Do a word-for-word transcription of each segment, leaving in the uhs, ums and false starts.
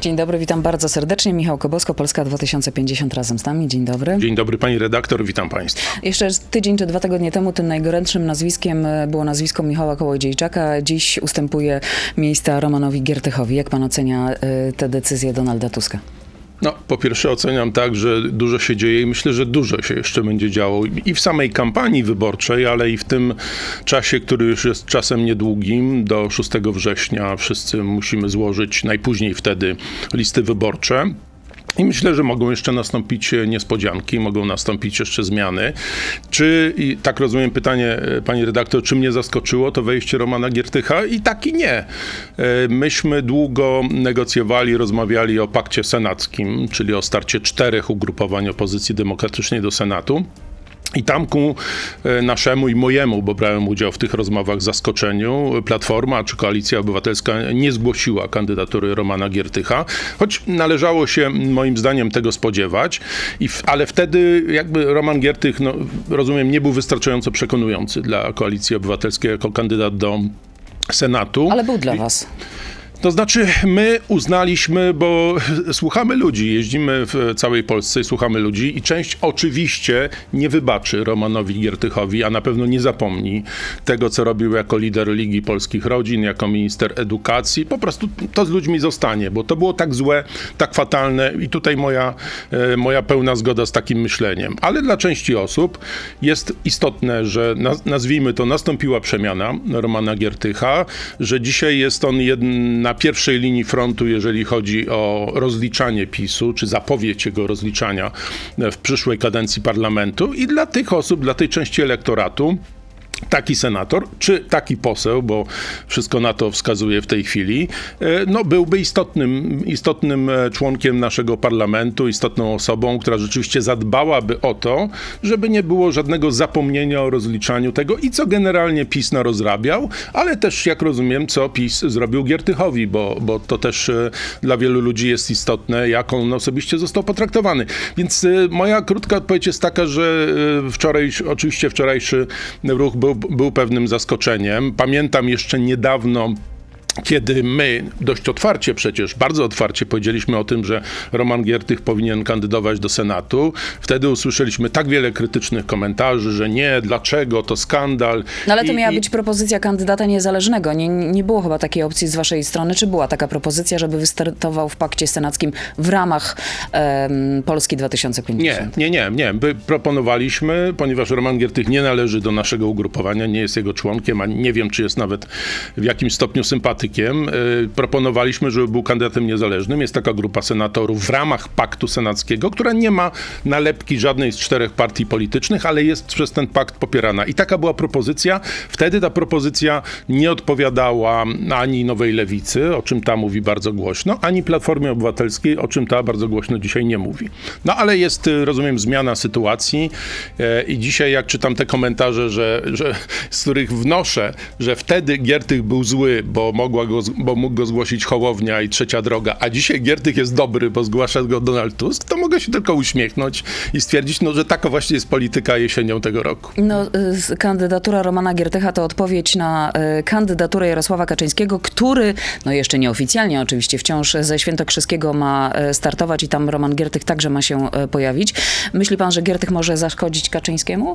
Dzień dobry, witam bardzo serdecznie. Michał Kobosko, Polska dwa tysiące pięćdziesiąt razem z nami. Dzień dobry. Dzień dobry pani redaktor, witam państwa. Jeszcze tydzień czy dwa tygodnie temu tym najgorętszym nazwiskiem było nazwisko Michała Kołodziejczaka. Dziś ustępuje miejsca Romanowi Giertychowi. Jak pan ocenia y, tę decyzję Donalda Tuska? No, po pierwsze oceniam tak, że dużo się dzieje i myślę, że dużo się jeszcze będzie działo i w samej kampanii wyborczej, ale i w tym czasie, który już jest czasem niedługim, do szóstego września wszyscy musimy złożyć najpóźniej wtedy listy wyborcze. I myślę, że mogą jeszcze nastąpić niespodzianki, mogą nastąpić jeszcze zmiany. Czy, i tak rozumiem pytanie pani redaktor, czy mnie zaskoczyło to wejście Romana Giertycha? I tak i nie. Myśmy długo negocjowali, rozmawiali o pakcie senackim, czyli o starcie czterech ugrupowań opozycji demokratycznej do Senatu. I tam ku naszemu i mojemu, bo brałem udział w tych rozmowach, zaskoczeniu, Platforma czy Koalicja Obywatelska nie zgłosiła kandydatury Romana Giertycha, choć należało się moim zdaniem tego spodziewać, I w, ale wtedy jakby Roman Giertych, no, rozumiem, nie był wystarczająco przekonujący dla Koalicji Obywatelskiej jako kandydat do Senatu. Ale był dla was. To znaczy, my uznaliśmy, bo słuchamy ludzi, jeździmy w całej Polsce i słuchamy ludzi i część oczywiście nie wybaczy Romanowi Giertychowi, a na pewno nie zapomni tego, co robił jako lider Ligi Polskich Rodzin, jako minister edukacji. Po prostu to z ludźmi zostanie, bo to było tak złe, tak fatalne i tutaj moja, moja pełna zgoda z takim myśleniem. Ale dla części osób jest istotne, że nazwijmy to, nastąpiła przemiana Romana Giertycha, że dzisiaj jest on jedna na pierwszej linii frontu, jeżeli chodzi o rozliczanie PiSu, czy zapowiedź jego rozliczania w przyszłej kadencji parlamentu i dla tych osób, dla tej części elektoratu, taki senator, czy taki poseł, bo wszystko na to wskazuje w tej chwili, no byłby istotnym, istotnym członkiem naszego parlamentu, istotną osobą, która rzeczywiście zadbałaby o to, żeby nie było żadnego zapomnienia o rozliczaniu tego i co generalnie PiS narozrabiał, ale też, jak rozumiem, co PiS zrobił Giertychowi, bo, bo to też dla wielu ludzi jest istotne, jak on osobiście został potraktowany. Więc moja krótka odpowiedź jest taka, że wczoraj, oczywiście wczorajszy ruch był był pewnym zaskoczeniem. Pamiętam jeszcze niedawno, kiedy my dość otwarcie przecież, bardzo otwarcie powiedzieliśmy o tym, że Roman Giertych powinien kandydować do Senatu. Wtedy usłyszeliśmy tak wiele krytycznych komentarzy, że nie, dlaczego, to skandal. No ale to I, miała i... być propozycja kandydata niezależnego. Nie, nie było chyba takiej opcji z waszej strony. Czy była taka propozycja, żeby wystartował w pakcie senackim w ramach um, Polski dwa tysiące pięćdziesiąt? Nie, nie, nie, nie. My proponowaliśmy, ponieważ Roman Giertych nie należy do naszego ugrupowania, nie jest jego członkiem, a nie wiem, czy jest nawet w jakimś stopniu sympatykiem. Proponowaliśmy, żeby był kandydatem niezależnym. Jest taka grupa senatorów w ramach paktu senackiego, która nie ma nalepki żadnej z czterech partii politycznych, ale jest przez ten pakt popierana. I taka była propozycja. Wtedy ta propozycja nie odpowiadała ani Nowej Lewicy, o czym ta mówi bardzo głośno, ani Platformie Obywatelskiej, o czym ta bardzo głośno dzisiaj nie mówi. No ale jest, rozumiem, zmiana sytuacji i dzisiaj jak czytam te komentarze, że, że, z których wnoszę, że wtedy Giertych był zły, bo mogła Go, bo mógł go zgłosić Hołownia i Trzecia Droga, a dzisiaj Giertych jest dobry, bo zgłasza go Donald Tusk, to mogę się tylko uśmiechnąć i stwierdzić, no, że taka właśnie jest polityka jesienią tego roku. No, y, kandydatura Romana Giertycha to odpowiedź na y, kandydaturę Jarosława Kaczyńskiego, który, no jeszcze nieoficjalnie oczywiście, wciąż ze Świętokrzyskiego ma y, startować i tam Roman Giertych także ma się y, pojawić. Myśli pan, że Giertych może zaszkodzić Kaczyńskiemu?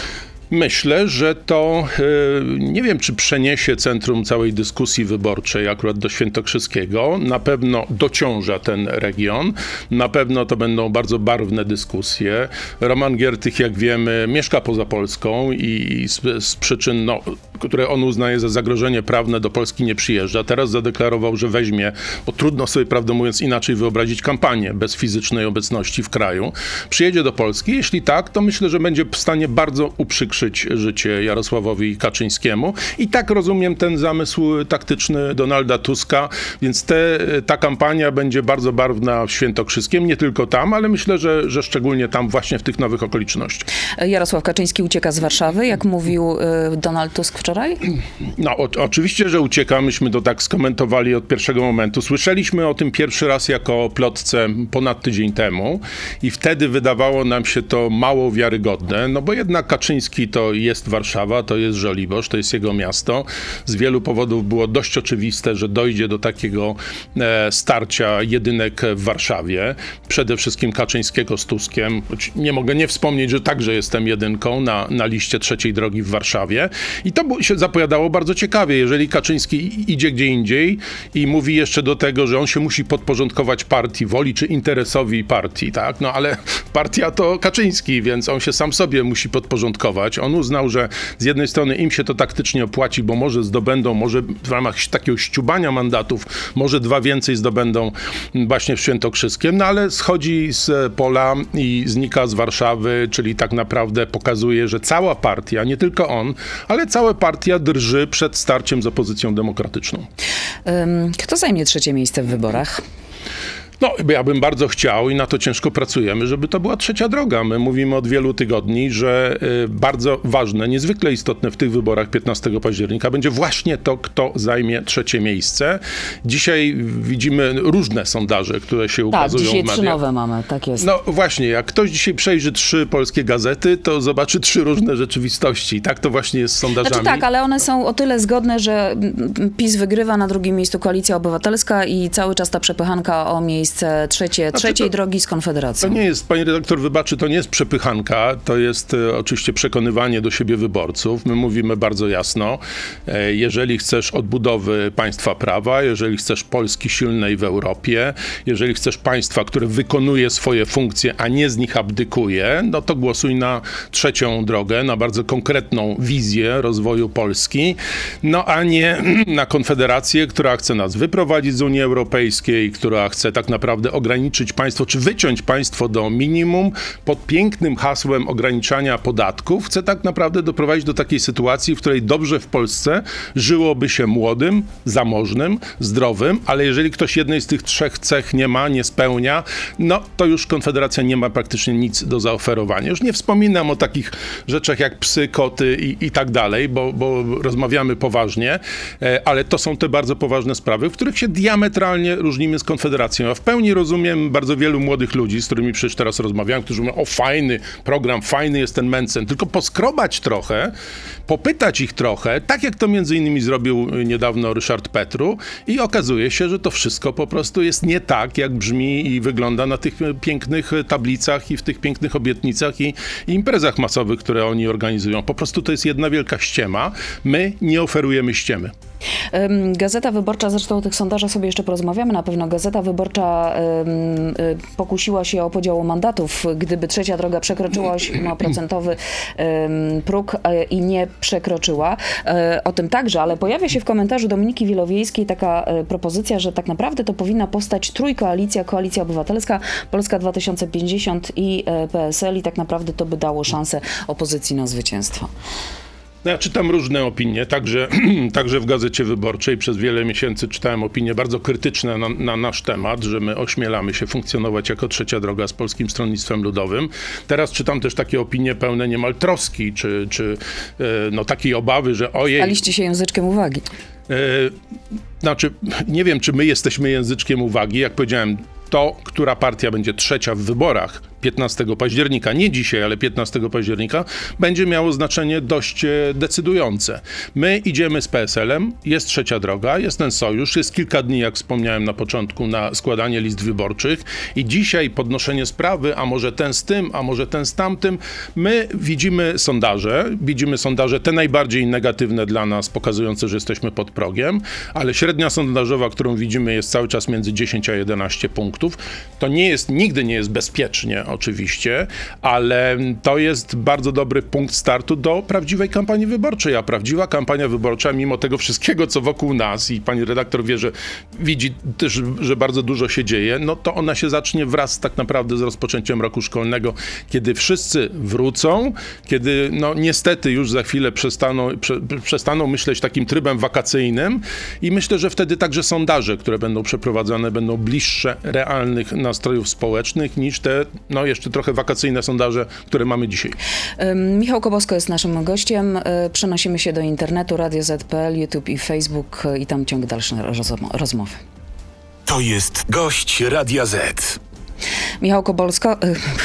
Myślę, że to, nie wiem, czy przeniesie centrum całej dyskusji wyborczej akurat do Świętokrzyskiego. Na pewno dociąża ten region. Na pewno to będą bardzo barwne dyskusje. Roman Giertych, jak wiemy, mieszka poza Polską i z, z przyczyn, no, które on uznaje za zagrożenie prawne, do Polski nie przyjeżdża. Teraz zadeklarował, że weźmie, bo trudno sobie, prawdę mówiąc, inaczej wyobrazić kampanię bez fizycznej obecności w kraju. Przyjedzie do Polski. Jeśli tak, to myślę, że będzie w stanie bardzo uprzykrzyć życie Jarosławowi Kaczyńskiemu. I tak rozumiem ten zamysł taktyczny Donalda Tuska, więc te, ta kampania będzie bardzo barwna w Świętokrzyskiem, nie tylko tam, ale myślę, że, że szczególnie tam właśnie w tych nowych okolicznościach. Jarosław Kaczyński ucieka z Warszawy, jak mówił y, Donald Tusk wczoraj? No o, oczywiście, że ucieka. Myśmy to tak skomentowali od pierwszego momentu. Słyszeliśmy o tym pierwszy raz jako plotce ponad tydzień temu i wtedy wydawało nam się to mało wiarygodne, no bo jednak Kaczyński Kaczyński to jest Warszawa, to jest Żoliborz, to jest jego miasto. Z wielu powodów było dość oczywiste, że dojdzie do takiego e, starcia jedynek w Warszawie. Przede wszystkim Kaczyńskiego z Tuskiem. Nie mogę nie wspomnieć, że także jestem jedynką na, na liście trzeciej drogi w Warszawie. I to się zapowiadało bardzo ciekawie. Jeżeli Kaczyński idzie gdzie indziej i mówi jeszcze do tego, że on się musi podporządkować partii, woli czy interesowi partii, tak? No ale partia to Kaczyński, więc on się sam sobie musi podporządkować. On uznał, że z jednej strony im się to taktycznie opłaci, bo może zdobędą, może w ramach takiego ściubania mandatów, może dwa więcej zdobędą właśnie w Świętokrzyskiem, no ale schodzi z pola i znika z Warszawy, czyli tak naprawdę pokazuje, że cała partia, nie tylko on, ale cała partia drży przed starciem z opozycją demokratyczną. Kto zajmie trzecie miejsce w wyborach? No, ja bym bardzo chciał i na to ciężko pracujemy, żeby to była trzecia droga. My mówimy od wielu tygodni, że y, bardzo ważne, niezwykle istotne w tych wyborach piętnastego października będzie właśnie to, kto zajmie trzecie miejsce. Dzisiaj widzimy różne sondaże, które się ukazują w mediach. Tak, dzisiaj trzy nowe mamy, tak jest. No właśnie, jak ktoś dzisiaj przejrzy trzy polskie gazety, to zobaczy trzy różne rzeczywistości. I tak to właśnie jest z sondażami. Znaczy tak, ale one są o tyle zgodne, że PiS wygrywa, na drugim miejscu Koalicja Obywatelska i cały czas ta przepychanka o miejsce trzecie, znaczy trzeciej to, drogi z Konfederacją. To nie jest, pani redaktor wybaczy, to nie jest przepychanka, to jest e, oczywiście przekonywanie do siebie wyborców. My mówimy bardzo jasno, e, jeżeli chcesz odbudowy państwa prawa, jeżeli chcesz Polski silnej w Europie, jeżeli chcesz państwa, które wykonuje swoje funkcje, a nie z nich abdykuje, no to głosuj na trzecią drogę, na bardzo konkretną wizję rozwoju Polski, no a nie na Konfederację, która chce nas wyprowadzić z Unii Europejskiej, która chce tak naprawdę naprawdę ograniczyć państwo, czy wyciąć państwo do minimum pod pięknym hasłem ograniczania podatków, chce tak naprawdę doprowadzić do takiej sytuacji, w której dobrze w Polsce żyłoby się młodym, zamożnym, zdrowym, ale jeżeli ktoś jednej z tych trzech cech nie ma, nie spełnia, no to już Konfederacja nie ma praktycznie nic do zaoferowania. Już nie wspominam o takich rzeczach jak psy, koty i, i tak dalej, bo, bo rozmawiamy poważnie, ale to są te bardzo poważne sprawy, w których się diametralnie różnimy z Konfederacją. Ja w pełni rozumiem bardzo wielu młodych ludzi, z którymi przecież teraz rozmawiałem, którzy mówią, o fajny program, fajny jest ten Mencen, tylko poskrobać trochę, popytać ich trochę, tak jak to między innymi zrobił niedawno Ryszard Petru i okazuje się, że to wszystko po prostu jest nie tak, jak brzmi i wygląda na tych pięknych tablicach i w tych pięknych obietnicach i, i imprezach masowych, które oni organizują. Po prostu to jest jedna wielka ściema. My nie oferujemy ściemy. Gazeta Wyborcza, zresztą o tych sondażach sobie jeszcze porozmawiamy na pewno. Gazeta Wyborcza um, pokusiła się o podział mandatów, gdyby trzecia droga przekroczyła osiemprocentowy um, próg i nie przekroczyła. O tym także, ale pojawia się w komentarzu Dominiki Wielowiejskiej taka propozycja, że tak naprawdę to powinna powstać trójkoalicja, Koalicja Obywatelska, Polska dwa tysiące pięćdziesiąt i P S L i tak naprawdę to by dało szansę opozycji na zwycięstwo. No ja czytam różne opinie, także, także w Gazecie Wyborczej przez wiele miesięcy czytałem opinie bardzo krytyczne na, na nasz temat, że my ośmielamy się funkcjonować jako trzecia droga z Polskim Stronnictwem Ludowym. Teraz czytam też takie opinie pełne niemal troski, czy, czy no, takiej obawy, że ojej... Staliście się języczkiem uwagi. Yy, znaczy, nie wiem, czy my jesteśmy języczkiem uwagi. Jak powiedziałem, to, która partia będzie trzecia w wyborach piętnastego października, nie dzisiaj, ale piętnastego października, będzie miało znaczenie dość decydujące. My idziemy z P S L-em, jest trzecia droga, jest ten sojusz, jest kilka dni, jak wspomniałem na początku, na składanie list wyborczych i dzisiaj podnoszenie sprawy, a może ten z tym, a może ten z tamtym. My widzimy sondaże, widzimy sondaże te najbardziej negatywne dla nas, pokazujące, że jesteśmy pod progiem, ale średnia sondażowa, którą widzimy, jest cały czas między dziesięć a jedenaście punktów. To nie jest, nigdy nie jest bezpiecznie, oczywiście, ale to jest bardzo dobry punkt startu do prawdziwej kampanii wyborczej, a prawdziwa kampania wyborcza, mimo tego wszystkiego, co wokół nas i pani redaktor wie, że widzi też, że bardzo dużo się dzieje, no to ona się zacznie wraz tak naprawdę z rozpoczęciem roku szkolnego, kiedy wszyscy wrócą, kiedy no niestety już za chwilę przestaną, prze, przestaną myśleć takim trybem wakacyjnym i myślę, że wtedy także sondaże, które będą przeprowadzane, będą bliższe realnych nastrojów społecznych niż te, no jeszcze trochę wakacyjne sondaże, które mamy dzisiaj. Michał Kobosko jest naszym gościem. Przenosimy się do internetu, Radio Z kropka P L, YouTube i Facebook i tam ciąg dalszy rozmowy. To jest gość Radia Z. Michał Kobolsko...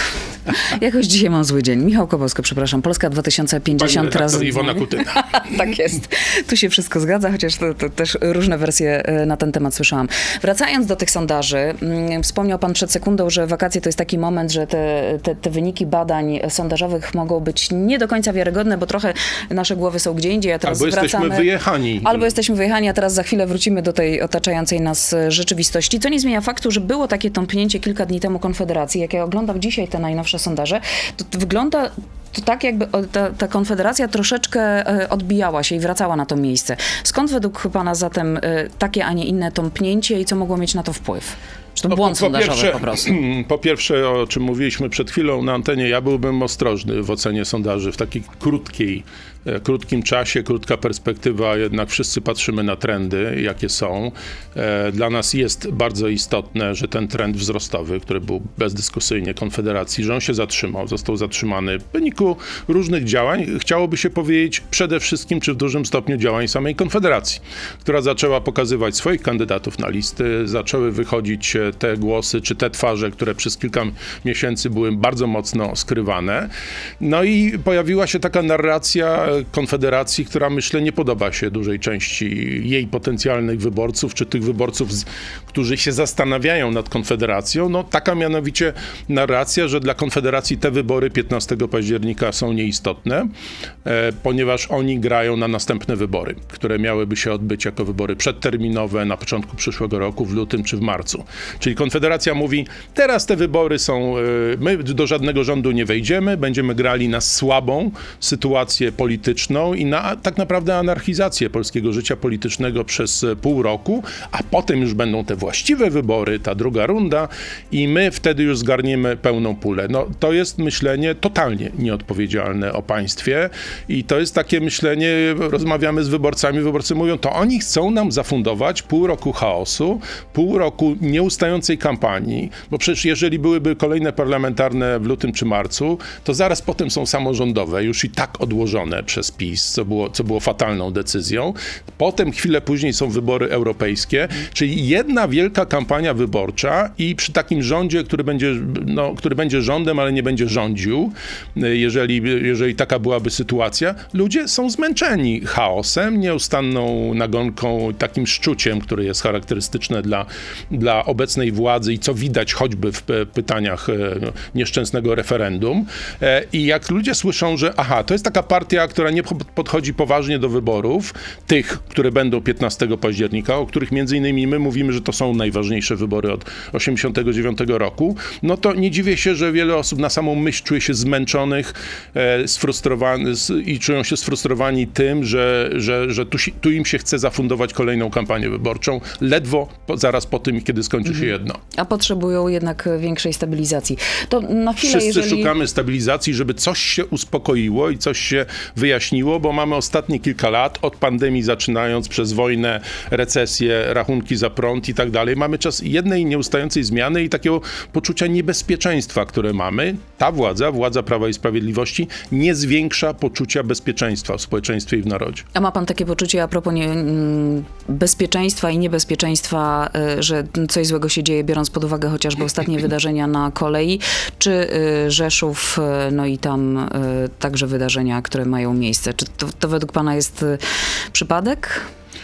Jakoś dzisiaj mam zły dzień. Michał Kowalski, przepraszam. Polska dwa tysiące pięćdziesiąt razy... Iwona Kutyna. Tak jest. Tu się wszystko zgadza, chociaż to, to też różne wersje na ten temat słyszałam. Wracając do tych sondaży, wspomniał pan przed sekundą, że wakacje to jest taki moment, że te, te, te wyniki badań sondażowych mogą być nie do końca wiarygodne, bo trochę nasze głowy są gdzie indziej, a teraz Albo wracamy... jesteśmy wyjechani. Albo jesteśmy wyjechani, a teraz za chwilę wrócimy do tej otaczającej nas rzeczywistości, co nie zmienia faktu, że było takie tąpnięcie kilka dni temu Konfederacji. Jak ja oglądam dzisiaj te najnowsze sondaże, to, to wygląda to tak, jakby ta, ta Konfederacja troszeczkę odbijała się i wracała na to miejsce. Skąd według pana zatem takie, a nie inne tąpnięcie i co mogło mieć na to wpływ? Czy to no, błąd po, po sondażowy pierwsze, po prostu? Po pierwsze, o czym mówiliśmy przed chwilą na antenie, ja byłbym ostrożny w ocenie sondaży w takiej krótkiej, krótkim czasie, krótka perspektywa, jednak wszyscy patrzymy na trendy, jakie są. Dla nas jest bardzo istotne, że ten trend wzrostowy, który był bezdyskusyjnie Konfederacji, że on się zatrzymał, został zatrzymany w wyniku różnych działań. Chciałoby się powiedzieć przede wszystkim, czy w dużym stopniu działań samej Konfederacji, która zaczęła pokazywać swoich kandydatów na listy, zaczęły wychodzić te głosy, czy te twarze, które przez kilka miesięcy były bardzo mocno skrywane. No i pojawiła się taka narracja Konfederacji, która myślę nie podoba się dużej części jej potencjalnych wyborców, czy tych wyborców, którzy się zastanawiają nad Konfederacją. No taka mianowicie narracja, że dla Konfederacji te wybory piętnastego października są nieistotne, e, ponieważ oni grają na następne wybory, które miałyby się odbyć jako wybory przedterminowe na początku przyszłego roku, w lutym czy w marcu. Czyli Konfederacja mówi, teraz te wybory są, my do żadnego rządu nie wejdziemy, będziemy grali na słabą sytuację polityczną i na tak naprawdę anarchizację polskiego życia politycznego przez pół roku, a potem już będą te właściwe wybory, ta druga runda i my wtedy już zgarniemy pełną pulę. No to jest myślenie totalnie nieodpowiedzialne o państwie i to jest takie myślenie, rozmawiamy z wyborcami, wyborcy mówią, to oni chcą nam zafundować pół roku chaosu, pół roku nieustającej kampanii, bo przecież jeżeli byłyby kolejne parlamentarne w lutym czy marcu, to zaraz potem są samorządowe, już i tak odłożone przez PiS, co było, co było fatalną decyzją. Potem chwilę później są wybory europejskie, czyli jedna wielka kampania wyborcza i przy takim rządzie, który będzie, no, który będzie rządem, ale nie będzie rządził, jeżeli, jeżeli taka byłaby sytuacja, ludzie są zmęczeni chaosem, nieustanną nagonką, takim szczuciem, które jest charakterystyczne dla, dla obecnej władzy i co widać choćby w pytaniach nieszczęsnego referendum. I jak ludzie słyszą, że aha, to jest taka partia, która nie podchodzi poważnie do wyborów, tych, które będą piętnastego października, o których między innymi my mówimy, że to są najważniejsze wybory od osiemdziesiątego dziewiątego roku, no to nie dziwię się, że wiele osób na samą myśl czuje się zmęczonych, e, sfrustrowanych i czują się sfrustrowani tym, że, że, że tu, tu im się chce zafundować kolejną kampanię wyborczą, ledwo po, zaraz po tym, kiedy skończy się jedno. A potrzebują jednak większej stabilizacji. To na chwilę, Wszyscy jeżeli... szukamy stabilizacji, żeby coś się uspokoiło i coś się wyjaśniło, bo mamy ostatnie kilka lat, od pandemii zaczynając, przez wojnę, recesję, rachunki za prąd i tak dalej. Mamy czas jednej nieustającej zmiany i takiego poczucia niebezpieczeństwa, które mamy. Ta władza, władza Prawa i Sprawiedliwości, nie zwiększa poczucia bezpieczeństwa w społeczeństwie i w narodzie. A ma pan takie poczucie a propos nie, bezpieczeństwa i niebezpieczeństwa, że coś złego się dzieje, biorąc pod uwagę chociażby ostatnie wydarzenia na kolei, czy Rzeszów, no i tam także wydarzenia, które mają miejsce. Czy to, to według pana jest przypadek?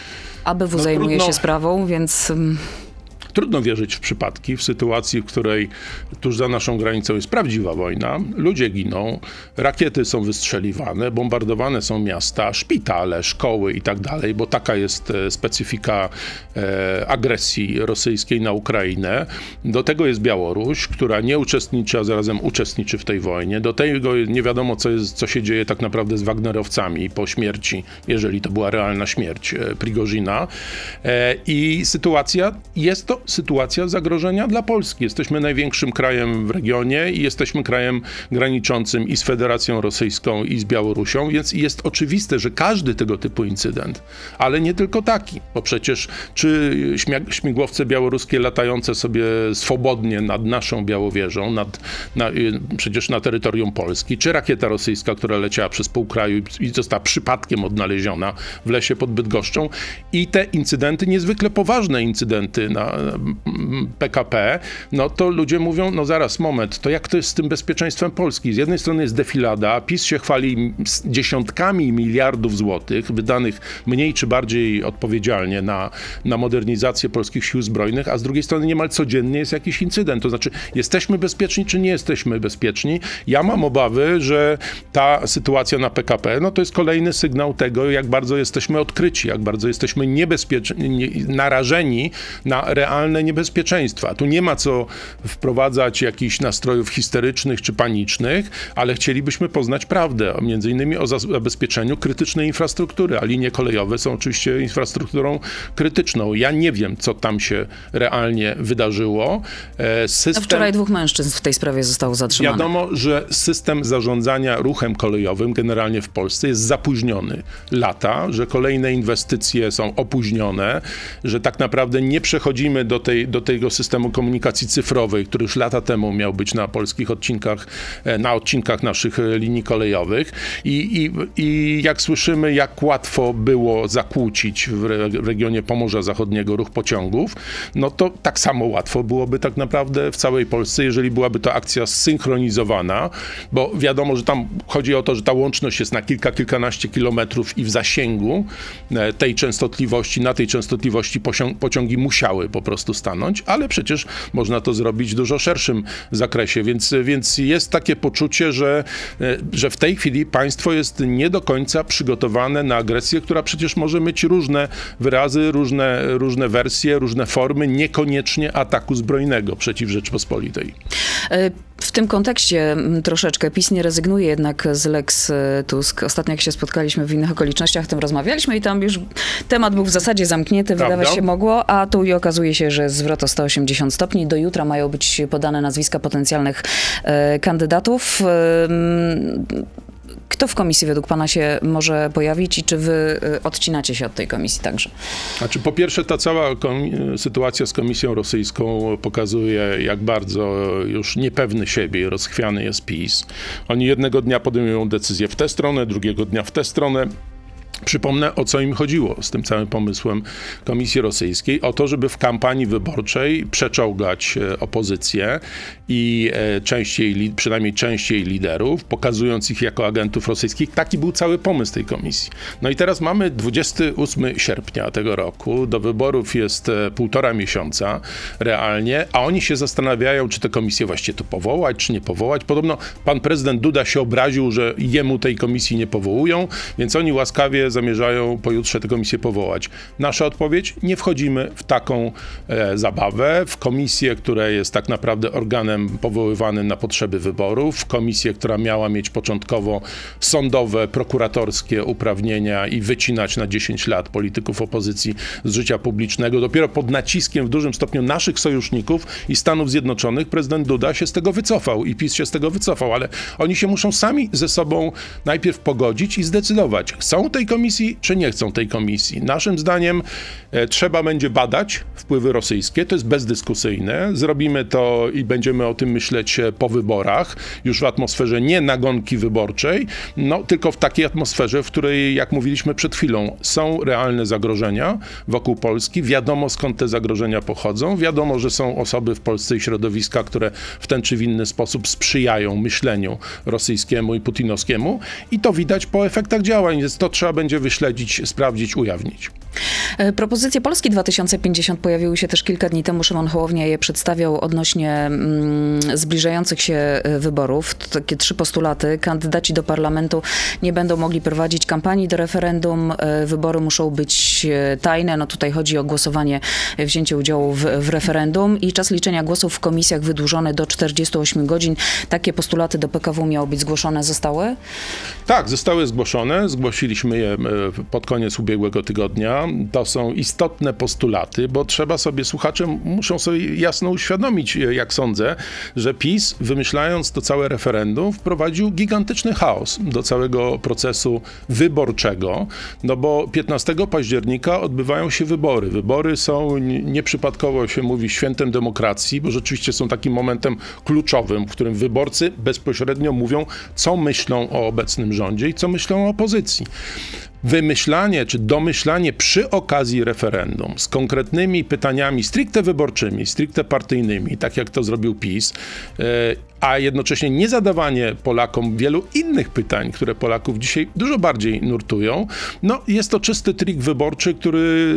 A B W no, zajmuje trudno. się sprawą, więc... Trudno wierzyć w przypadki, w sytuacji, w której tuż za naszą granicą jest prawdziwa wojna, ludzie giną, rakiety są wystrzeliwane, bombardowane są miasta, szpitale, szkoły i tak dalej, bo taka jest specyfika e, agresji rosyjskiej na Ukrainę. Do tego jest Białoruś, która nie uczestniczy, a zarazem uczestniczy w tej wojnie. Do tego nie wiadomo, co, jest, co się dzieje tak naprawdę z Wagnerowcami po śmierci, jeżeli to była realna śmierć e, Prigozina. E, I sytuacja jest to sytuacja zagrożenia dla Polski. Jesteśmy największym krajem w regionie i jesteśmy krajem graniczącym i z Federacją Rosyjską, i z Białorusią, więc jest oczywiste, że każdy tego typu incydent, ale nie tylko taki, bo przecież czy śmigłowce białoruskie latające sobie swobodnie nad naszą Białowieżą, nad, na, przecież na terytorium Polski, czy rakieta rosyjska, która leciała przez pół kraju i została przypadkiem odnaleziona w lesie pod Bydgoszczą i te incydenty, niezwykle poważne incydenty na P K P, no to ludzie mówią, no zaraz, moment, to jak to jest z tym bezpieczeństwem Polski? Z jednej strony jest defilada, PiS się chwali dziesiątkami miliardów złotych, wydanych mniej czy bardziej odpowiedzialnie na, na modernizację polskich sił zbrojnych, a z drugiej strony niemal codziennie jest jakiś incydent. To znaczy, jesteśmy bezpieczni, czy nie jesteśmy bezpieczni? Ja mam obawy, że ta sytuacja na P K P, no to jest kolejny sygnał tego, jak bardzo jesteśmy odkryci, jak bardzo jesteśmy niebezpieczni, nie, narażeni na realne niebezpieczeństwa. Tu nie ma co wprowadzać jakichś nastrojów histerycznych czy panicznych, ale chcielibyśmy poznać prawdę, między innymi o zabezpieczeniu krytycznej infrastruktury, a linie kolejowe są oczywiście infrastrukturą krytyczną. Ja nie wiem, co tam się realnie wydarzyło. System... No wczoraj dwóch mężczyzn w tej sprawie zostało zatrzymanych. Wiadomo, że system zarządzania ruchem kolejowym generalnie w Polsce jest zapóźniony lata, że kolejne inwestycje są opóźnione, że tak naprawdę nie przechodzimy do, tej, do tego systemu komunikacji cyfrowej, który już lata temu miał być na polskich odcinkach, na odcinkach naszych linii kolejowych. I, i, i jak słyszymy, jak łatwo było zakłócić w, re, w regionie Pomorza Zachodniego ruch pociągów, no to tak samo łatwo byłoby tak naprawdę w całej Polsce, jeżeli byłaby to akcja zsynchronizowana, bo wiadomo, że tam chodzi o to, że ta łączność jest na kilka, kilkanaście kilometrów i w zasięgu tej częstotliwości, na tej częstotliwości pociągi musiały po prostu stanąć, ale przecież można to zrobić w dużo szerszym zakresie, więc, więc jest takie poczucie, że, że w tej chwili państwo jest nie do końca przygotowane na agresję, która przecież może mieć różne wyrazy, różne, różne wersje, różne formy, niekoniecznie ataku zbrojnego przeciw Rzeczpospolitej. W tym kontekście troszeczkę PiS nie rezygnuje jednak z Lex Tusk. Ostatnio jak się spotkaliśmy w innych okolicznościach, o tym rozmawialiśmy i tam już temat był w zasadzie zamknięty, Prawda? wydawać się mogło, a tu i okazuje się, że zwrot o sto osiemdziesiąt stopni. Do jutra mają być podane nazwiska potencjalnych e, kandydatów. E, Kto w komisji według pana się może pojawić i czy wy odcinacie się od tej komisji także? Znaczy, po pierwsze, ta cała kom- sytuacja z Komisją Rosyjską pokazuje, jak bardzo już niepewny siebie i rozchwiany jest PiS. Oni jednego dnia podejmują decyzję w tę stronę, drugiego dnia w tę stronę. Przypomnę, o co im chodziło z tym całym pomysłem Komisji Rosyjskiej. O to, żeby w kampanii wyborczej przeczołgać opozycję i częściej, przynajmniej częściej liderów, pokazując ich jako agentów rosyjskich. Taki był cały pomysł tej komisji. No i teraz mamy dwudziestego ósmego sierpnia tego roku. Do wyborów jest półtora miesiąca realnie, a oni się zastanawiają, czy tę komisję właściwie tu powołać, czy nie powołać. Podobno pan prezydent Duda się obraził, że jemu tej komisji nie powołują, więc oni łaskawie zamierzają pojutrze tę komisję powołać. Nasza odpowiedź? Nie wchodzimy w taką e, zabawę, w komisję, która jest tak naprawdę organem powoływanym na potrzeby wyborów, w komisję, która miała mieć początkowo sądowe, prokuratorskie uprawnienia i wycinać na dziesięć lat polityków opozycji z życia publicznego. Dopiero pod naciskiem w dużym stopniu naszych sojuszników i Stanów Zjednoczonych prezydent Duda się z tego wycofał i PiS się z tego wycofał, ale oni się muszą sami ze sobą najpierw pogodzić i zdecydować, chcą tej komisji, czy nie chcą tej komisji. Naszym zdaniem e, trzeba będzie badać wpływy rosyjskie, to jest bezdyskusyjne. Zrobimy to i będziemy o tym myśleć po wyborach, już w atmosferze nie nagonki wyborczej, no tylko w takiej atmosferze, w której, jak mówiliśmy przed chwilą, są realne zagrożenia wokół Polski. Wiadomo, skąd te zagrożenia pochodzą. Wiadomo, że są osoby w Polsce i środowiska, które w ten czy w inny sposób sprzyjają myśleniu rosyjskiemu i putinowskiemu i to widać po efektach działań, więc to trzeba będzie wyśledzić, sprawdzić, ujawnić. Propozycje Polski dwa tysiące pięćdziesiąt pojawiły się też kilka dni temu. Szymon Hołownia je przedstawiał odnośnie mm, zbliżających się wyborów. To takie trzy postulaty. Kandydaci do parlamentu nie będą mogli prowadzić kampanii do referendum. Wybory muszą być tajne. No tutaj chodzi o głosowanie, wzięcie udziału w, w referendum i czas liczenia głosów w komisjach wydłużony do czterdziestu ośmiu godzin. Takie postulaty do P K W miały być zgłoszone. Zostały? Tak, zostały zgłoszone. Zgłosiliśmy je pod koniec ubiegłego tygodnia. To są istotne postulaty, bo trzeba sobie, słuchacze muszą sobie jasno uświadomić, jak sądzę, że PiS, wymyślając to całe referendum, wprowadził gigantyczny chaos do całego procesu wyborczego, no bo piętnastego października odbywają się wybory. Wybory są, nieprzypadkowo się mówi, świętem demokracji, bo rzeczywiście są takim momentem kluczowym, w którym wyborcy bezpośrednio mówią, co myślą o obecnym rządzie i co myślą o opozycji. wymyślanie czy domyślanie przy okazji referendum z konkretnymi pytaniami stricte wyborczymi, stricte partyjnymi, tak jak to zrobił PiS, a jednocześnie nie zadawanie Polakom wielu innych pytań, które Polaków dzisiaj dużo bardziej nurtują, no jest to czysty trik wyborczy, który,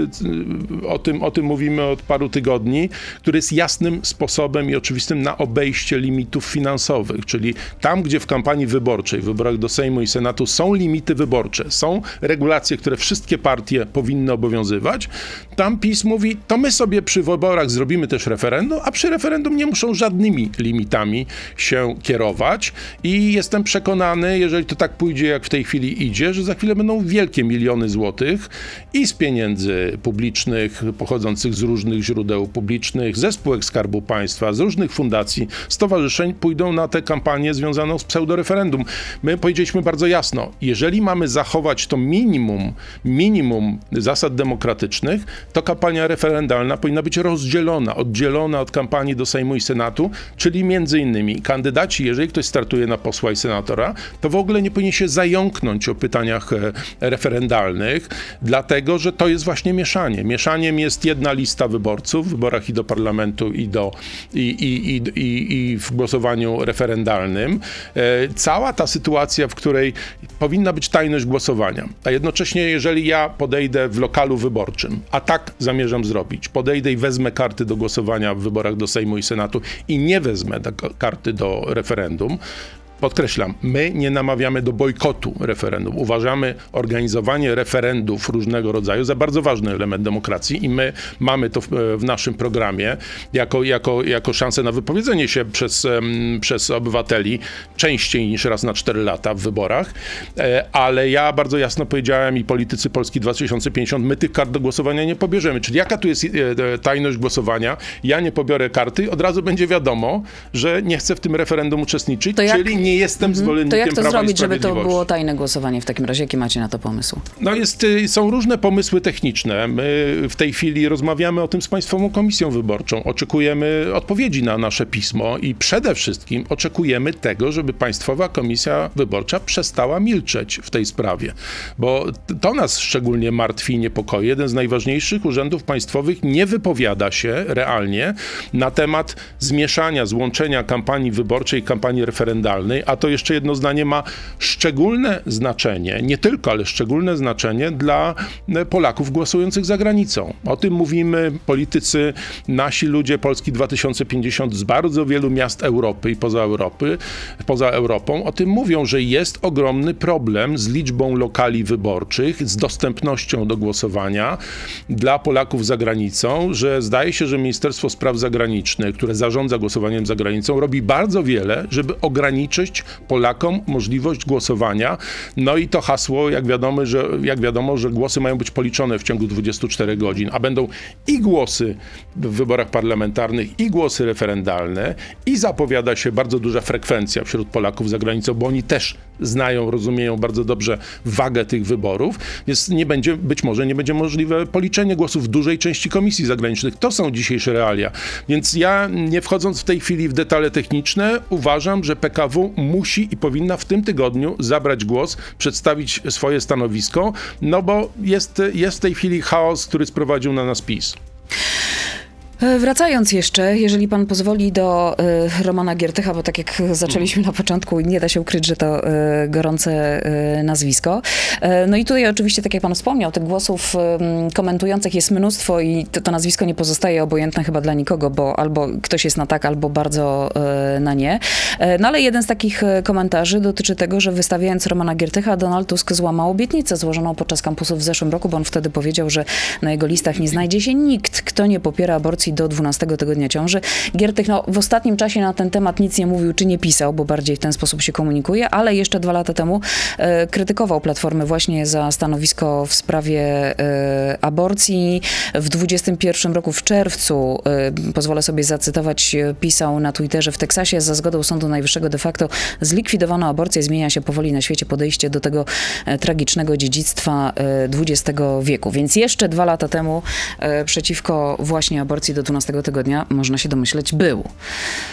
o tym, o tym mówimy od paru tygodni, który jest jasnym sposobem i oczywistym na obejście limitów finansowych, czyli tam, gdzie w kampanii wyborczej, w wyborach do Sejmu i Senatu są limity wyborcze, są regulacje, które wszystkie partie powinny obowiązywać, tam PiS mówi, to my sobie przy wyborach zrobimy też referendum, a przy referendum nie muszą żadnymi limitami się kierować i jestem przekonany, jeżeli to tak pójdzie, jak w tej chwili idzie, że za chwilę będą wielkie miliony złotych i z pieniędzy publicznych, pochodzących z różnych źródeł publicznych, ze spółek Skarbu Państwa, z różnych fundacji, stowarzyszeń, pójdą na tę kampanię związaną z pseudoreferendum. My powiedzieliśmy bardzo jasno, jeżeli mamy zachować to minimum, minimum zasad demokratycznych, to kampania referendalna powinna być rozdzielona, oddzielona od kampanii do Sejmu i Senatu, czyli między innymi kandydaci, jeżeli ktoś startuje na posła i senatora, to w ogóle nie powinien się zająknąć o pytaniach referendalnych, dlatego, że to jest właśnie mieszanie. Mieszaniem jest jedna lista wyborców w wyborach i do parlamentu, i, do, i, i, i, i, i w głosowaniu referendalnym. Cała ta sytuacja, w której powinna być tajność głosowania, a jednocześnie jeżeli ja podejdę w lokalu wyborczym, a tak zamierzam zrobić, podejdę i wezmę karty do głosowania w wyborach do Sejmu i Senatu i nie wezmę karty do referendum, podkreślam, my nie namawiamy do bojkotu referendum. Uważamy organizowanie referendów różnego rodzaju za bardzo ważny element demokracji i my mamy to w, w naszym programie jako, jako, jako szansę na wypowiedzenie się przez, um, przez obywateli częściej niż raz na cztery lata w wyborach. E, ale ja bardzo jasno powiedziałem i politycy Polski dwa tysiące pięćdziesiąt, my tych kart do głosowania nie pobierzemy. Czyli jaka tu jest e, tajność głosowania? Ja nie pobiorę karty, od razu będzie wiadomo, że nie chcę w tym referendum uczestniczyć, to jak... czyli nie jestem zwolennikiem To jak to Prawa zrobić, żeby to Sprawiedliwości? było tajne głosowanie w takim razie? Jaki macie na to pomysł? No jest, są różne pomysły techniczne. My w tej chwili rozmawiamy o tym z Państwową Komisją Wyborczą. Oczekujemy odpowiedzi na nasze pismo i przede wszystkim oczekujemy tego, żeby Państwowa Komisja Wyborcza przestała milczeć w tej sprawie. Bo to nas szczególnie martwi i niepokoi. Jeden z najważniejszych urzędów państwowych nie wypowiada się realnie na temat zmieszania, złączenia kampanii wyborczej i kampanii referendalnej, a to jeszcze jedno zdanie ma szczególne znaczenie, nie tylko, ale szczególne znaczenie dla Polaków głosujących za granicą. O tym mówimy politycy, nasi ludzie Polski dwa tysiące pięćdziesiąt z bardzo wielu miast Europy i poza Europy, poza Europą, o tym mówią, że jest ogromny problem z liczbą lokali wyborczych, z dostępnością do głosowania dla Polaków za granicą, że zdaje się, że Ministerstwo Spraw Zagranicznych, które zarządza głosowaniem za granicą, robi bardzo wiele, żeby ograniczyć Polakom możliwość głosowania. No i to hasło, jak wiadomo, że, jak wiadomo, że głosy mają być policzone w ciągu dwudziestu czterech godzin, a będą i głosy w wyborach parlamentarnych, i głosy referendalne, i zapowiada się bardzo duża frekwencja wśród Polaków za granicą, bo oni też znają, rozumieją bardzo dobrze wagę tych wyborów, więc nie będzie, być może nie będzie możliwe policzenie głosów w dużej części komisji zagranicznych. To są dzisiejsze realia. Więc ja, nie wchodząc w tej chwili w detale techniczne, uważam, że P K W musi i powinna w tym tygodniu zabrać głos, przedstawić swoje stanowisko, no bo jest, jest w tej chwili chaos, który sprowadził na nas PiS. Wracając jeszcze, jeżeli pan pozwoli, do y, Romana Giertycha, bo tak jak zaczęliśmy na początku, nie da się ukryć, że to y, gorące y, nazwisko. Y, no i tutaj oczywiście, tak jak pan wspomniał, tych głosów y, komentujących jest mnóstwo i to, to nazwisko nie pozostaje obojętne chyba dla nikogo, bo albo ktoś jest na tak, albo bardzo y, na nie. Y, no ale jeden z takich komentarzy dotyczy tego, że wystawiając Romana Giertycha, Donald Tusk złamał obietnicę złożoną podczas kampusu w zeszłym roku, bo on wtedy powiedział, że na jego listach nie znajdzie się nikt, kto nie popiera aborcji do dwunastego tygodnia ciąży. Giertych no, w ostatnim czasie na ten temat nic nie mówił, czy nie pisał, bo bardziej w ten sposób się komunikuje, ale jeszcze dwa lata temu e, krytykował Platformę właśnie za stanowisko w sprawie e, aborcji. W dwudziestym pierwszym roku w czerwcu, e, pozwolę sobie zacytować, pisał na Twitterze: w Teksasie za zgodą Sądu Najwyższego de facto zlikwidowano aborcję. Zmienia się powoli na świecie podejście do tego e, tragicznego dziedzictwa e, dwudziestego wieku. Więc jeszcze dwa lata temu e, przeciwko właśnie aborcji do dwunastego tygodnia, można się domyśleć, był.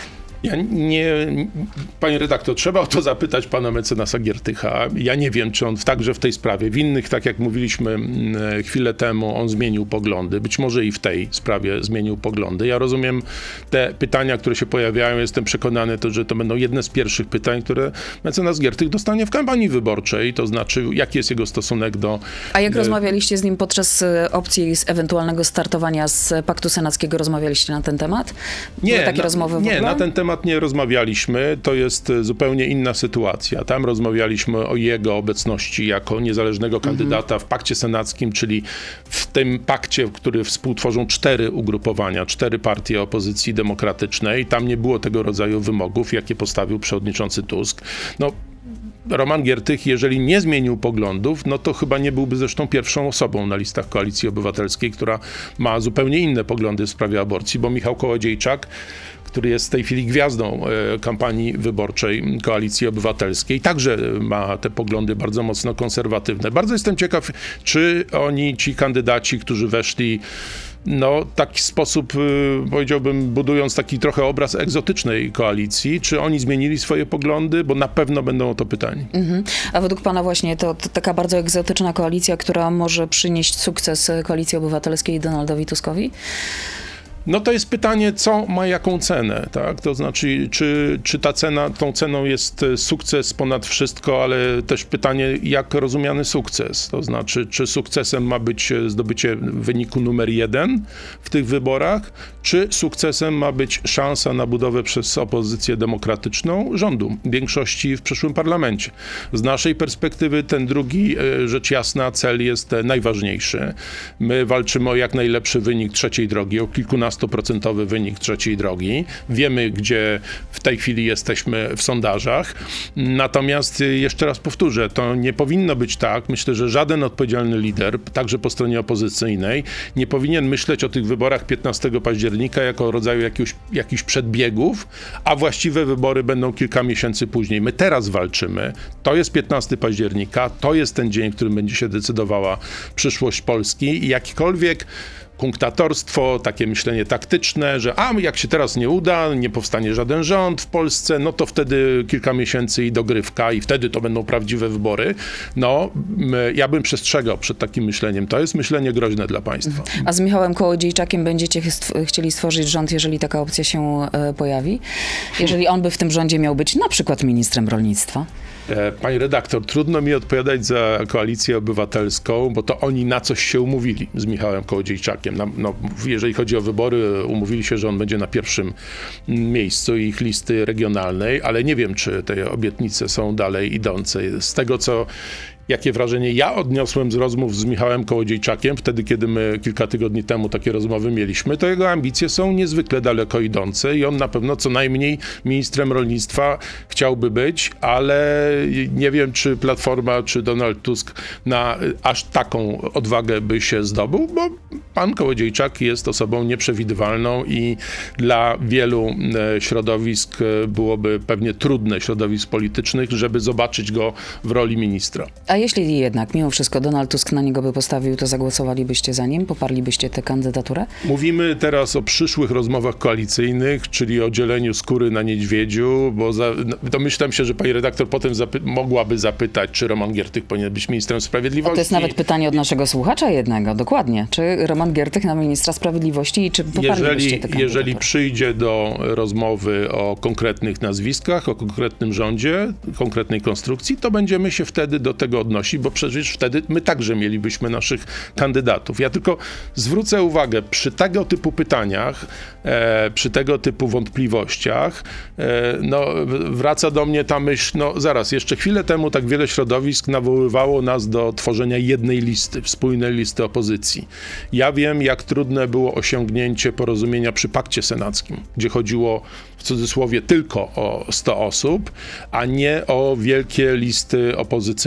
Ja nie, panie redaktor, trzeba o to zapytać pana mecenasa Giertycha. Ja nie wiem, czy on także w tej sprawie, w innych, tak jak mówiliśmy chwilę temu, on zmienił poglądy. Być może i w tej sprawie zmienił poglądy. Ja rozumiem te pytania, które się pojawiają. Jestem przekonany, to, że to będą jedne z pierwszych pytań, które mecenas Giertych dostanie w kampanii wyborczej. To znaczy, jaki jest jego stosunek do... A jak rozmawialiście z nim podczas opcji z ewentualnego startowania z Paktu Senackiego, rozmawialiście na ten temat? Były nie, takie na, rozmowy w nie, ogóle? na ten temat nie rozmawialiśmy. To jest zupełnie inna sytuacja. Tam rozmawialiśmy o jego obecności jako niezależnego kandydata w Pakcie Senackim, czyli w tym pakcie, który współtworzą cztery ugrupowania, cztery partie opozycji demokratycznej. Tam nie było tego rodzaju wymogów, jakie postawił przewodniczący Tusk. No, Roman Giertych, jeżeli nie zmienił poglądów, no to chyba nie byłby zresztą pierwszą osobą na listach Koalicji Obywatelskiej, która ma zupełnie inne poglądy w sprawie aborcji, bo Michał Kołodziejczak, który jest w tej chwili gwiazdą e, kampanii wyborczej Koalicji Obywatelskiej, także ma te poglądy bardzo mocno konserwatywne. Bardzo jestem ciekaw, czy oni, ci kandydaci, którzy weszli no, taki sposób, powiedziałbym, budując taki trochę obraz egzotycznej koalicji, czy oni zmienili swoje poglądy, bo na pewno będą o to pytani. Mhm. A według pana właśnie to, to taka bardzo egzotyczna koalicja, która może przynieść sukces Koalicji Obywatelskiej Donaldowi Tuskowi? No to jest pytanie, co ma jaką cenę, tak? To znaczy, czy, czy ta cena, tą ceną jest sukces ponad wszystko, ale też pytanie, jak rozumiany sukces. To znaczy, czy sukcesem ma być zdobycie wyniku numer jeden w tych wyborach, czy sukcesem ma być szansa na budowę przez opozycję demokratyczną rządu, większości w przyszłym parlamencie. Z naszej perspektywy ten drugi, rzecz jasna, cel jest najważniejszy. My walczymy o jak najlepszy wynik trzeciej drogi, o kilkunastoprocentowy wynik trzeciej drogi. Wiemy, gdzie w tej chwili jesteśmy w sondażach. Natomiast jeszcze raz powtórzę, to nie powinno być tak. Myślę, że żaden odpowiedzialny lider, także po stronie opozycyjnej, nie powinien myśleć o tych wyborach piętnastego października jako o rodzaju jakiegoś, jakichś przedbiegów, a właściwe wybory będą kilka miesięcy później. My teraz walczymy. To jest piętnastego października. To jest ten dzień, w którym będzie się decydowała przyszłość Polski i jakikolwiek kunktatorstwo, takie myślenie taktyczne, że a jak się teraz nie uda, nie powstanie żaden rząd w Polsce, no to wtedy kilka miesięcy i dogrywka i wtedy to będą prawdziwe wybory. No, ja bym przestrzegał przed takim myśleniem. To jest myślenie groźne dla państwa. A z Michałem Kołodziejczakiem będziecie st- chcieli stworzyć rząd, jeżeli taka opcja się e, pojawi? Jeżeli on by w tym rządzie miał być na przykład ministrem rolnictwa? Pani redaktor, trudno mi odpowiadać za Koalicję Obywatelską, bo to oni na coś się umówili z Michałem Kołodziejczakiem. No, no, jeżeli chodzi o wybory, umówili się, że on będzie na pierwszym miejscu ich listy regionalnej, ale nie wiem, czy te obietnice są dalej idące. Z tego, co jakie wrażenie ja odniosłem z rozmów z Michałem Kołodziejczakiem, wtedy, kiedy my kilka tygodni temu takie rozmowy mieliśmy, to jego ambicje są niezwykle daleko idące i on na pewno co najmniej ministrem rolnictwa chciałby być, ale nie wiem, czy Platforma, czy Donald Tusk na aż taką odwagę by się zdobył, bo pan Kołodziejczak jest osobą nieprzewidywalną i dla wielu środowisk byłoby pewnie trudne, środowisk politycznych, żeby zobaczyć go w roli ministra. A jeśli jednak mimo wszystko Donald Tusk na niego by postawił, to zagłosowalibyście za nim? Poparlibyście tę kandydaturę? Mówimy teraz o przyszłych rozmowach koalicyjnych, czyli o dzieleniu skóry na niedźwiedziu, bo za, domyślam się, że pani redaktor potem zapy- mogłaby zapytać, czy Roman Giertych powinien być ministrem sprawiedliwości. A to jest nawet pytanie od naszego słuchacza jednego, dokładnie. Czy Roman Giertych na ministra sprawiedliwości i czy poparlibyście jeżeli, tę kandydaturę? jeżeli przyjdzie do rozmowy o konkretnych nazwiskach, o konkretnym rządzie, konkretnej konstrukcji, to będziemy się wtedy do tego odnosi, bo przecież wtedy my także mielibyśmy naszych kandydatów. Ja tylko zwrócę uwagę, przy tego typu pytaniach, e, przy tego typu wątpliwościach, e, no, wraca do mnie ta myśl, no zaraz, jeszcze chwilę temu tak wiele środowisk nawoływało nas do tworzenia jednej listy, wspólnej listy opozycji. Ja wiem, jak trudne było osiągnięcie porozumienia przy Pakcie Senackim, gdzie chodziło w cudzysłowie tylko o sto osób, a nie o wielkie listy opozycyjne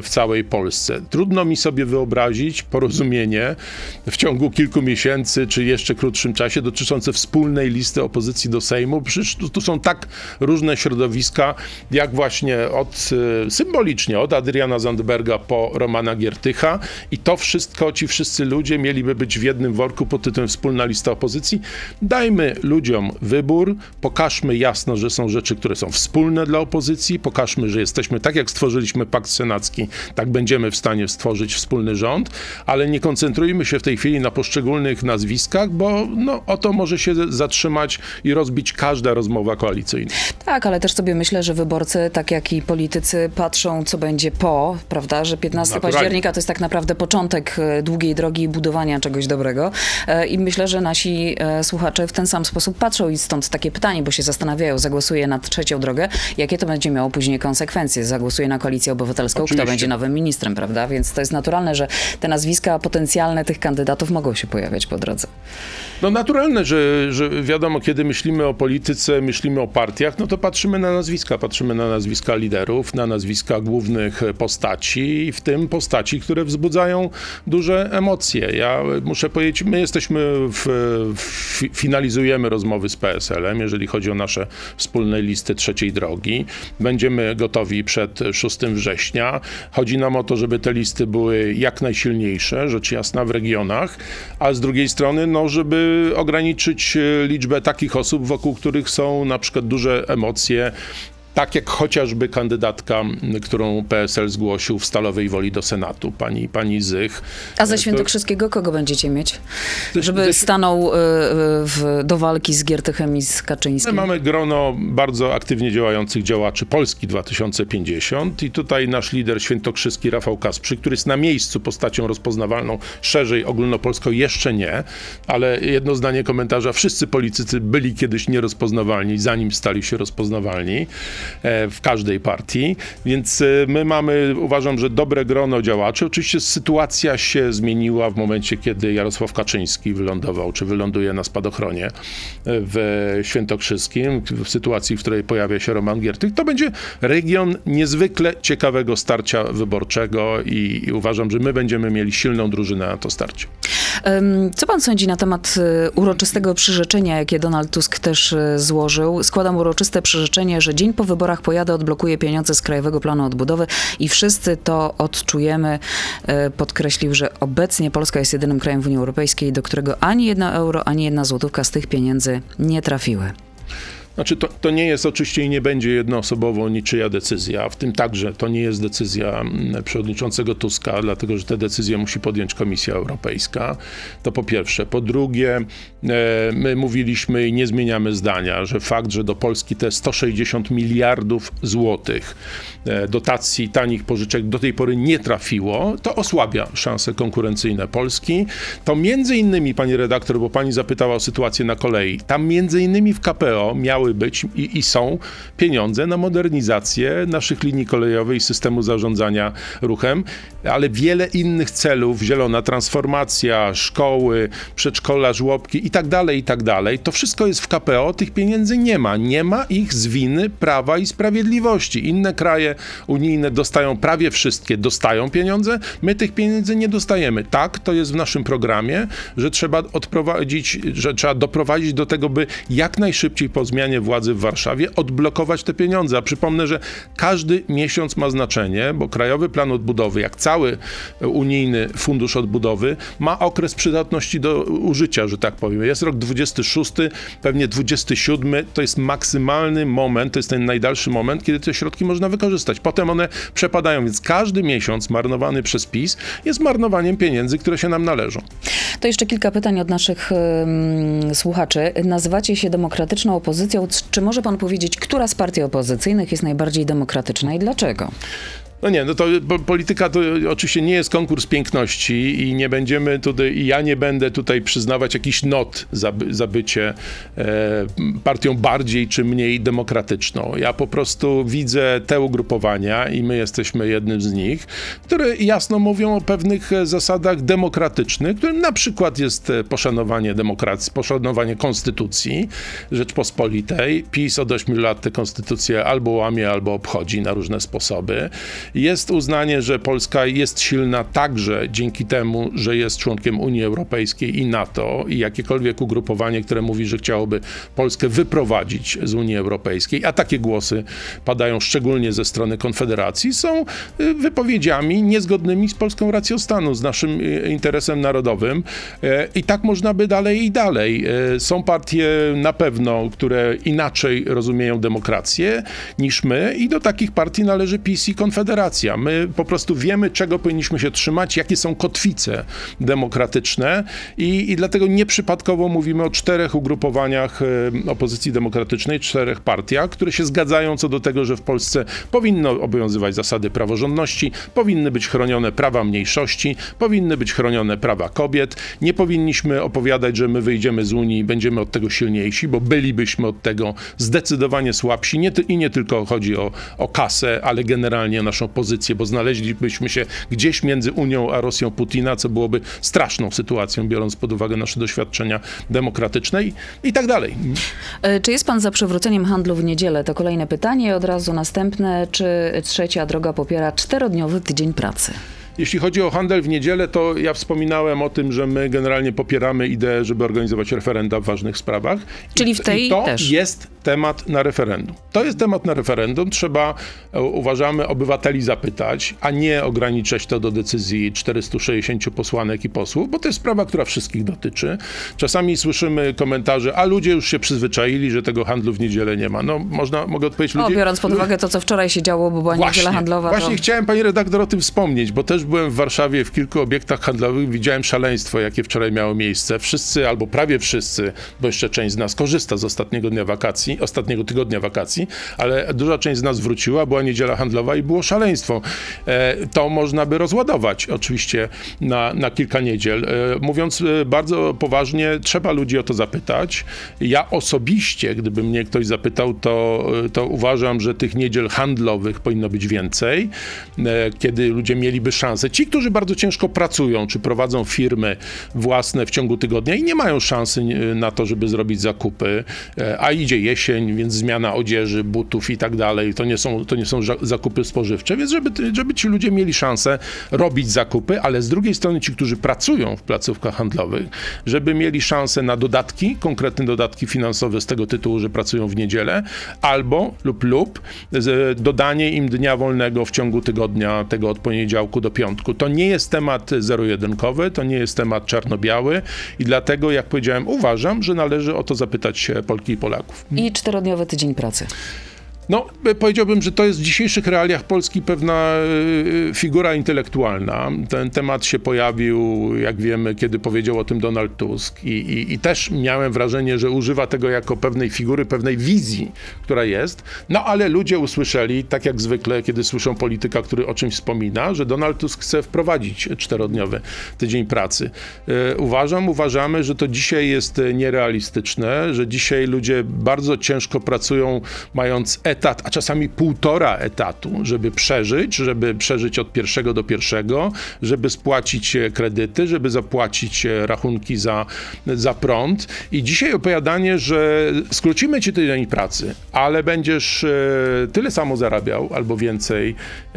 w całej Polsce. Trudno mi sobie wyobrazić porozumienie w ciągu kilku miesięcy, czy jeszcze krótszym czasie, dotyczące wspólnej listy opozycji do Sejmu. Przecież tu, tu są tak różne środowiska, jak właśnie od, symbolicznie, od Adriana Zandberga po Romana Giertycha i to wszystko, ci wszyscy ludzie mieliby być w jednym worku pod tytułem wspólna lista opozycji. Dajmy ludziom wybór, pokażmy jasno, że są rzeczy, które są wspólne dla opozycji, pokażmy, że jesteśmy, tak jak stworzyliśmy pakt senacki, tak będziemy w stanie stworzyć wspólny rząd, ale nie koncentrujmy się w tej chwili na poszczególnych nazwiskach, bo no, o to może się zatrzymać i rozbić każda rozmowa koalicyjna. Tak, ale też sobie myślę, że wyborcy, tak jak i politycy, patrzą, co będzie po, prawda, że piętnastego października to jest tak naprawdę początek długiej drogi budowania czegoś dobrego i myślę, że nasi słuchacze w ten sam sposób patrzą i stąd takie pytanie, bo się zastanawiają, zagłosuję na trzecią drogę, jakie to będzie miało później konsekwencje, zagłosuję na Koalicję Obywatelską, Oczywiście. Kto będzie nowym ministrem, prawda, więc to jest naturalne, że te nazwiska potencjalne tych kandydatów mogą się pojawiać po drodze. No naturalne, że, że wiadomo, kiedy myślimy o polityce, myślimy o partiach, no to patrzymy na nazwiska, patrzymy na nazwiska liderów, na nazwiska głównych postaci, w tym postaci, które wzbudzają duże emocje. Ja muszę powiedzieć, my jesteśmy, w, w, finalizujemy rozmowy z P S L-em, jeżeli chodzi o nasze wspólne listy trzeciej drogi. Będziemy gotowi przed szóstego września. Chodzi nam o to, żeby te listy były jak najsilniejsze, rzecz jasna, w regionach, a z drugiej strony, no, żeby ograniczyć liczbę takich osób, wokół których są na przykład duże emocje, tak jak chociażby kandydatka, którą P S L zgłosił w Stalowej Woli do Senatu, pani, pani Zych. A ze Świętokrzyskiego kogo będziecie mieć? Żeby stanął w, do walki z Giertychem i z Kaczyńskim? My mamy grono bardzo aktywnie działających działaczy Polski dwa tysiące pięćdziesiąt i tutaj nasz lider świętokrzyski Rafał Kasprzyk, który jest na miejscu postacią rozpoznawalną, szerzej ogólnopolsko jeszcze nie, ale jedno zdanie komentarza, wszyscy politycy byli kiedyś nierozpoznawalni, zanim stali się rozpoznawalni w każdej partii, więc my mamy, uważam, że dobre grono działaczy. Oczywiście sytuacja się zmieniła w momencie, kiedy Jarosław Kaczyński wylądował, czy wyląduje na spadochronie w Świętokrzyskim, w sytuacji, w której pojawia się Roman Giertych. To będzie region niezwykle ciekawego starcia wyborczego i, i uważam, że my będziemy mieli silną drużynę na to starcie. Co pan sądzi na temat uroczystego przyrzeczenia, jakie Donald Tusk też złożył? Składam uroczyste przyrzeczenie, że dzień po wyborach pojadę, odblokuję pieniądze z Krajowego Planu Odbudowy i wszyscy to odczujemy. Podkreślił, że obecnie Polska jest jedynym krajem w Unii Europejskiej, do którego ani jedno euro, ani jedna złotówka z tych pieniędzy nie trafiły. Znaczy to, to nie jest oczywiście i nie będzie jednoosobowo niczyja decyzja, w tym także to nie jest decyzja przewodniczącego Tuska, dlatego że tę decyzję musi podjąć Komisja Europejska. To po pierwsze. Po drugie, my mówiliśmy i nie zmieniamy zdania, że fakt, że do Polski te sto sześćdziesiąt miliardów złotych dotacji, tanich pożyczek do tej pory nie trafiło, to osłabia szanse konkurencyjne Polski. To między innymi, pani redaktor, bo pani zapytała o sytuację na kolei, tam między innymi w K P O miały być i, i są pieniądze na modernizację naszych linii kolejowych i systemu zarządzania ruchem, ale wiele innych celów, zielona transformacja, szkoły, przedszkola, żłobki i tak dalej, i tak dalej. To wszystko jest w K P O, tych pieniędzy nie ma. Nie ma ich z winy Prawa i Sprawiedliwości. Inne kraje unijne dostają prawie wszystkie, dostają pieniądze, my tych pieniędzy nie dostajemy. Tak, to jest w naszym programie, że trzeba odprowadzić, że trzeba doprowadzić do tego, by jak najszybciej po zmianie władzy w Warszawie odblokować te pieniądze. A przypomnę, że każdy miesiąc ma znaczenie, bo Krajowy Plan Odbudowy, jak cały unijny fundusz odbudowy, ma okres przydatności do użycia, że tak powiem. Jest rok dwudziesty szósty, pewnie dwudziesty siódmy, to jest maksymalny moment, to jest ten najdalszy moment, kiedy te środki można wykorzystać. Potem one przepadają, więc każdy miesiąc marnowany przez PiS jest marnowaniem pieniędzy, które się nam należą. To jeszcze kilka pytań od naszych um, słuchaczy. Nazywacie się demokratyczną opozycją. Czy może pan powiedzieć, która z partii opozycyjnych jest najbardziej demokratyczna i dlaczego? No nie, no to polityka to oczywiście nie jest konkurs piękności i nie będziemy tutaj, i ja nie będę tutaj przyznawać jakichś not za, za bycie e, partią bardziej czy mniej demokratyczną. Ja po prostu widzę te ugrupowania i my jesteśmy jednym z nich, które jasno mówią o pewnych zasadach demokratycznych, którym na przykład jest poszanowanie demokracji, poszanowanie konstytucji Rzeczpospolitej. PiS od ośmiu lat tę konstytucję albo łamie, albo obchodzi na różne sposoby. Jest uznanie, że Polska jest silna także dzięki temu, że jest członkiem Unii Europejskiej i NATO i jakiekolwiek ugrupowanie, które mówi, że chciałoby Polskę wyprowadzić z Unii Europejskiej, a takie głosy padają szczególnie ze strony Konfederacji, są wypowiedziami niezgodnymi z polską racją stanu, z naszym interesem narodowym. I tak można by dalej i dalej. Są partie na pewno, które inaczej rozumieją demokrację niż my i do takich partii należy PiS i Konfederacja. My po prostu wiemy, czego powinniśmy się trzymać, jakie są kotwice demokratyczne i, i dlatego nieprzypadkowo mówimy o czterech ugrupowaniach opozycji demokratycznej, czterech partiach, które się zgadzają co do tego, że w Polsce powinno obowiązywać zasady praworządności, powinny być chronione prawa mniejszości, powinny być chronione prawa kobiet. Nie powinniśmy opowiadać, że my wyjdziemy z Unii i będziemy od tego silniejsi, bo bylibyśmy od tego zdecydowanie słabsi. Nie ty, I nie tylko chodzi o, o kasę, ale generalnie o naszą pozycję, bo znaleźlibyśmy się gdzieś między Unią a Rosją Putina, co byłoby straszną sytuacją, biorąc pod uwagę nasze doświadczenia demokratyczne i, i tak dalej. Czy jest pan za przywróceniem handlu w niedzielę? To kolejne pytanie. Od razu następne. Czy Trzecia Droga popiera czterodniowy tydzień pracy? Jeśli chodzi o handel w niedzielę, to ja wspominałem o tym, że my generalnie popieramy ideę, żeby organizować referenda w ważnych sprawach. Czyli w tej I to też. jest temat na referendum. To jest temat na referendum. Trzeba, uważamy, obywateli zapytać, a nie ograniczać to do decyzji czterystu sześćdziesięciu posłanek i posłów, bo to jest sprawa, która wszystkich dotyczy. Czasami słyszymy komentarze, a ludzie już się przyzwyczaili, że tego handlu w niedzielę nie ma. No, można, mogę odpowiedzieć ludzie... O, biorąc pod uwagę to, co wczoraj się działo, bo była właśnie, niedziela handlowa. Właśnie to... chciałem, pani redaktor, o tym wspomnieć, bo też byłem w Warszawie w kilku obiektach handlowych, widziałem szaleństwo, jakie wczoraj miało miejsce. Wszyscy, albo prawie wszyscy, bo jeszcze część z nas korzysta z ostatniego dnia wakacji, ostatniego tygodnia wakacji, ale duża część z nas wróciła, była niedziela handlowa i było szaleństwo. E, to można by rozładować oczywiście na, na kilka niedziel. E, mówiąc e, bardzo poważnie, trzeba ludzi o to zapytać. Ja osobiście, gdyby mnie ktoś zapytał, to, to uważam, że tych niedziel handlowych powinno być więcej, e, kiedy ludzie mieliby szansę. Ci, którzy bardzo ciężko pracują, czy prowadzą firmy własne w ciągu tygodnia i nie mają szansy na to, żeby zrobić zakupy, a idzie jesień, więc zmiana odzieży, butów i tak dalej, to nie są, to nie są zakupy spożywcze, więc żeby, żeby ci ludzie mieli szansę robić zakupy, ale z drugiej strony ci, którzy pracują w placówkach handlowych, żeby mieli szansę na dodatki, konkretne dodatki finansowe z tego tytułu, że pracują w niedzielę, albo lub lub dodanie im dnia wolnego w ciągu tygodnia, tego od poniedziałku do piątku. To nie jest temat zero-jedynkowy, to nie jest temat czarno-biały i dlatego, jak powiedziałem, uważam, że należy o to zapytać Polki i Polaków. I czterodniowy tydzień pracy. No, powiedziałbym, że to jest w dzisiejszych realiach Polski pewna y, figura intelektualna. Ten temat się pojawił, jak wiemy, kiedy powiedział o tym Donald Tusk i, i, i też miałem wrażenie, że używa tego jako pewnej figury, pewnej wizji, która jest. No, ale ludzie usłyszeli, tak jak zwykle, kiedy słyszą polityka, który o czymś wspomina, że Donald Tusk chce wprowadzić czterodniowy tydzień pracy. Y, uważam, uważamy, że to dzisiaj jest nierealistyczne, że dzisiaj ludzie bardzo ciężko pracują, mając etat, a czasami półtora etatu, żeby przeżyć, żeby przeżyć od pierwszego do pierwszego, żeby spłacić kredyty, żeby zapłacić rachunki za, za prąd. I dzisiaj opowiadanie, że skrócimy ci tydzień pracy, ale będziesz e, tyle samo zarabiał albo więcej e,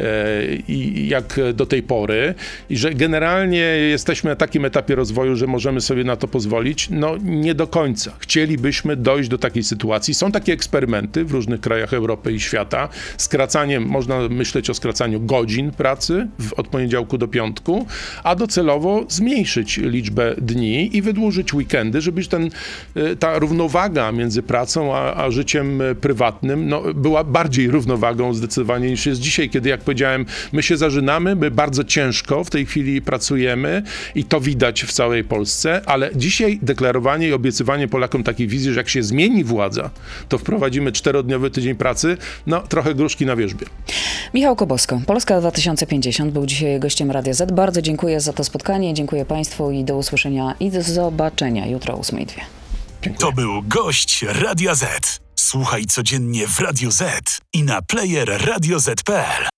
i, jak do tej pory i że generalnie jesteśmy na takim etapie rozwoju, że możemy sobie na to pozwolić, no nie do końca. Chcielibyśmy dojść do takiej sytuacji. Są takie eksperymenty w różnych krajach Europy i świata. Skracaniem, można myśleć o skracaniu godzin pracy w, od poniedziałku do piątku, a docelowo zmniejszyć liczbę dni i wydłużyć weekendy, żeby ten, ta równowaga między pracą a, a życiem prywatnym no, była bardziej równowagą zdecydowanie niż jest dzisiaj, kiedy, jak powiedziałem, my się zażynamy, my bardzo ciężko w tej chwili pracujemy i to widać w całej Polsce, ale dzisiaj deklarowanie i obiecywanie Polakom takiej wizji, że jak się zmieni władza, to wprowadzimy czterodniowy tydzień pracy, no trochę gruszki na wierzbie. Michał Kobosko, Polska dwa tysiące pięćdziesiąt, był dzisiaj gościem Radia Z. Bardzo dziękuję za to spotkanie, dziękuję Państwu i do usłyszenia i do zobaczenia jutro o ósmej dwie. To był gość Radia Z. Słuchaj codziennie w Radio Z i na player radio zet kropka pe el.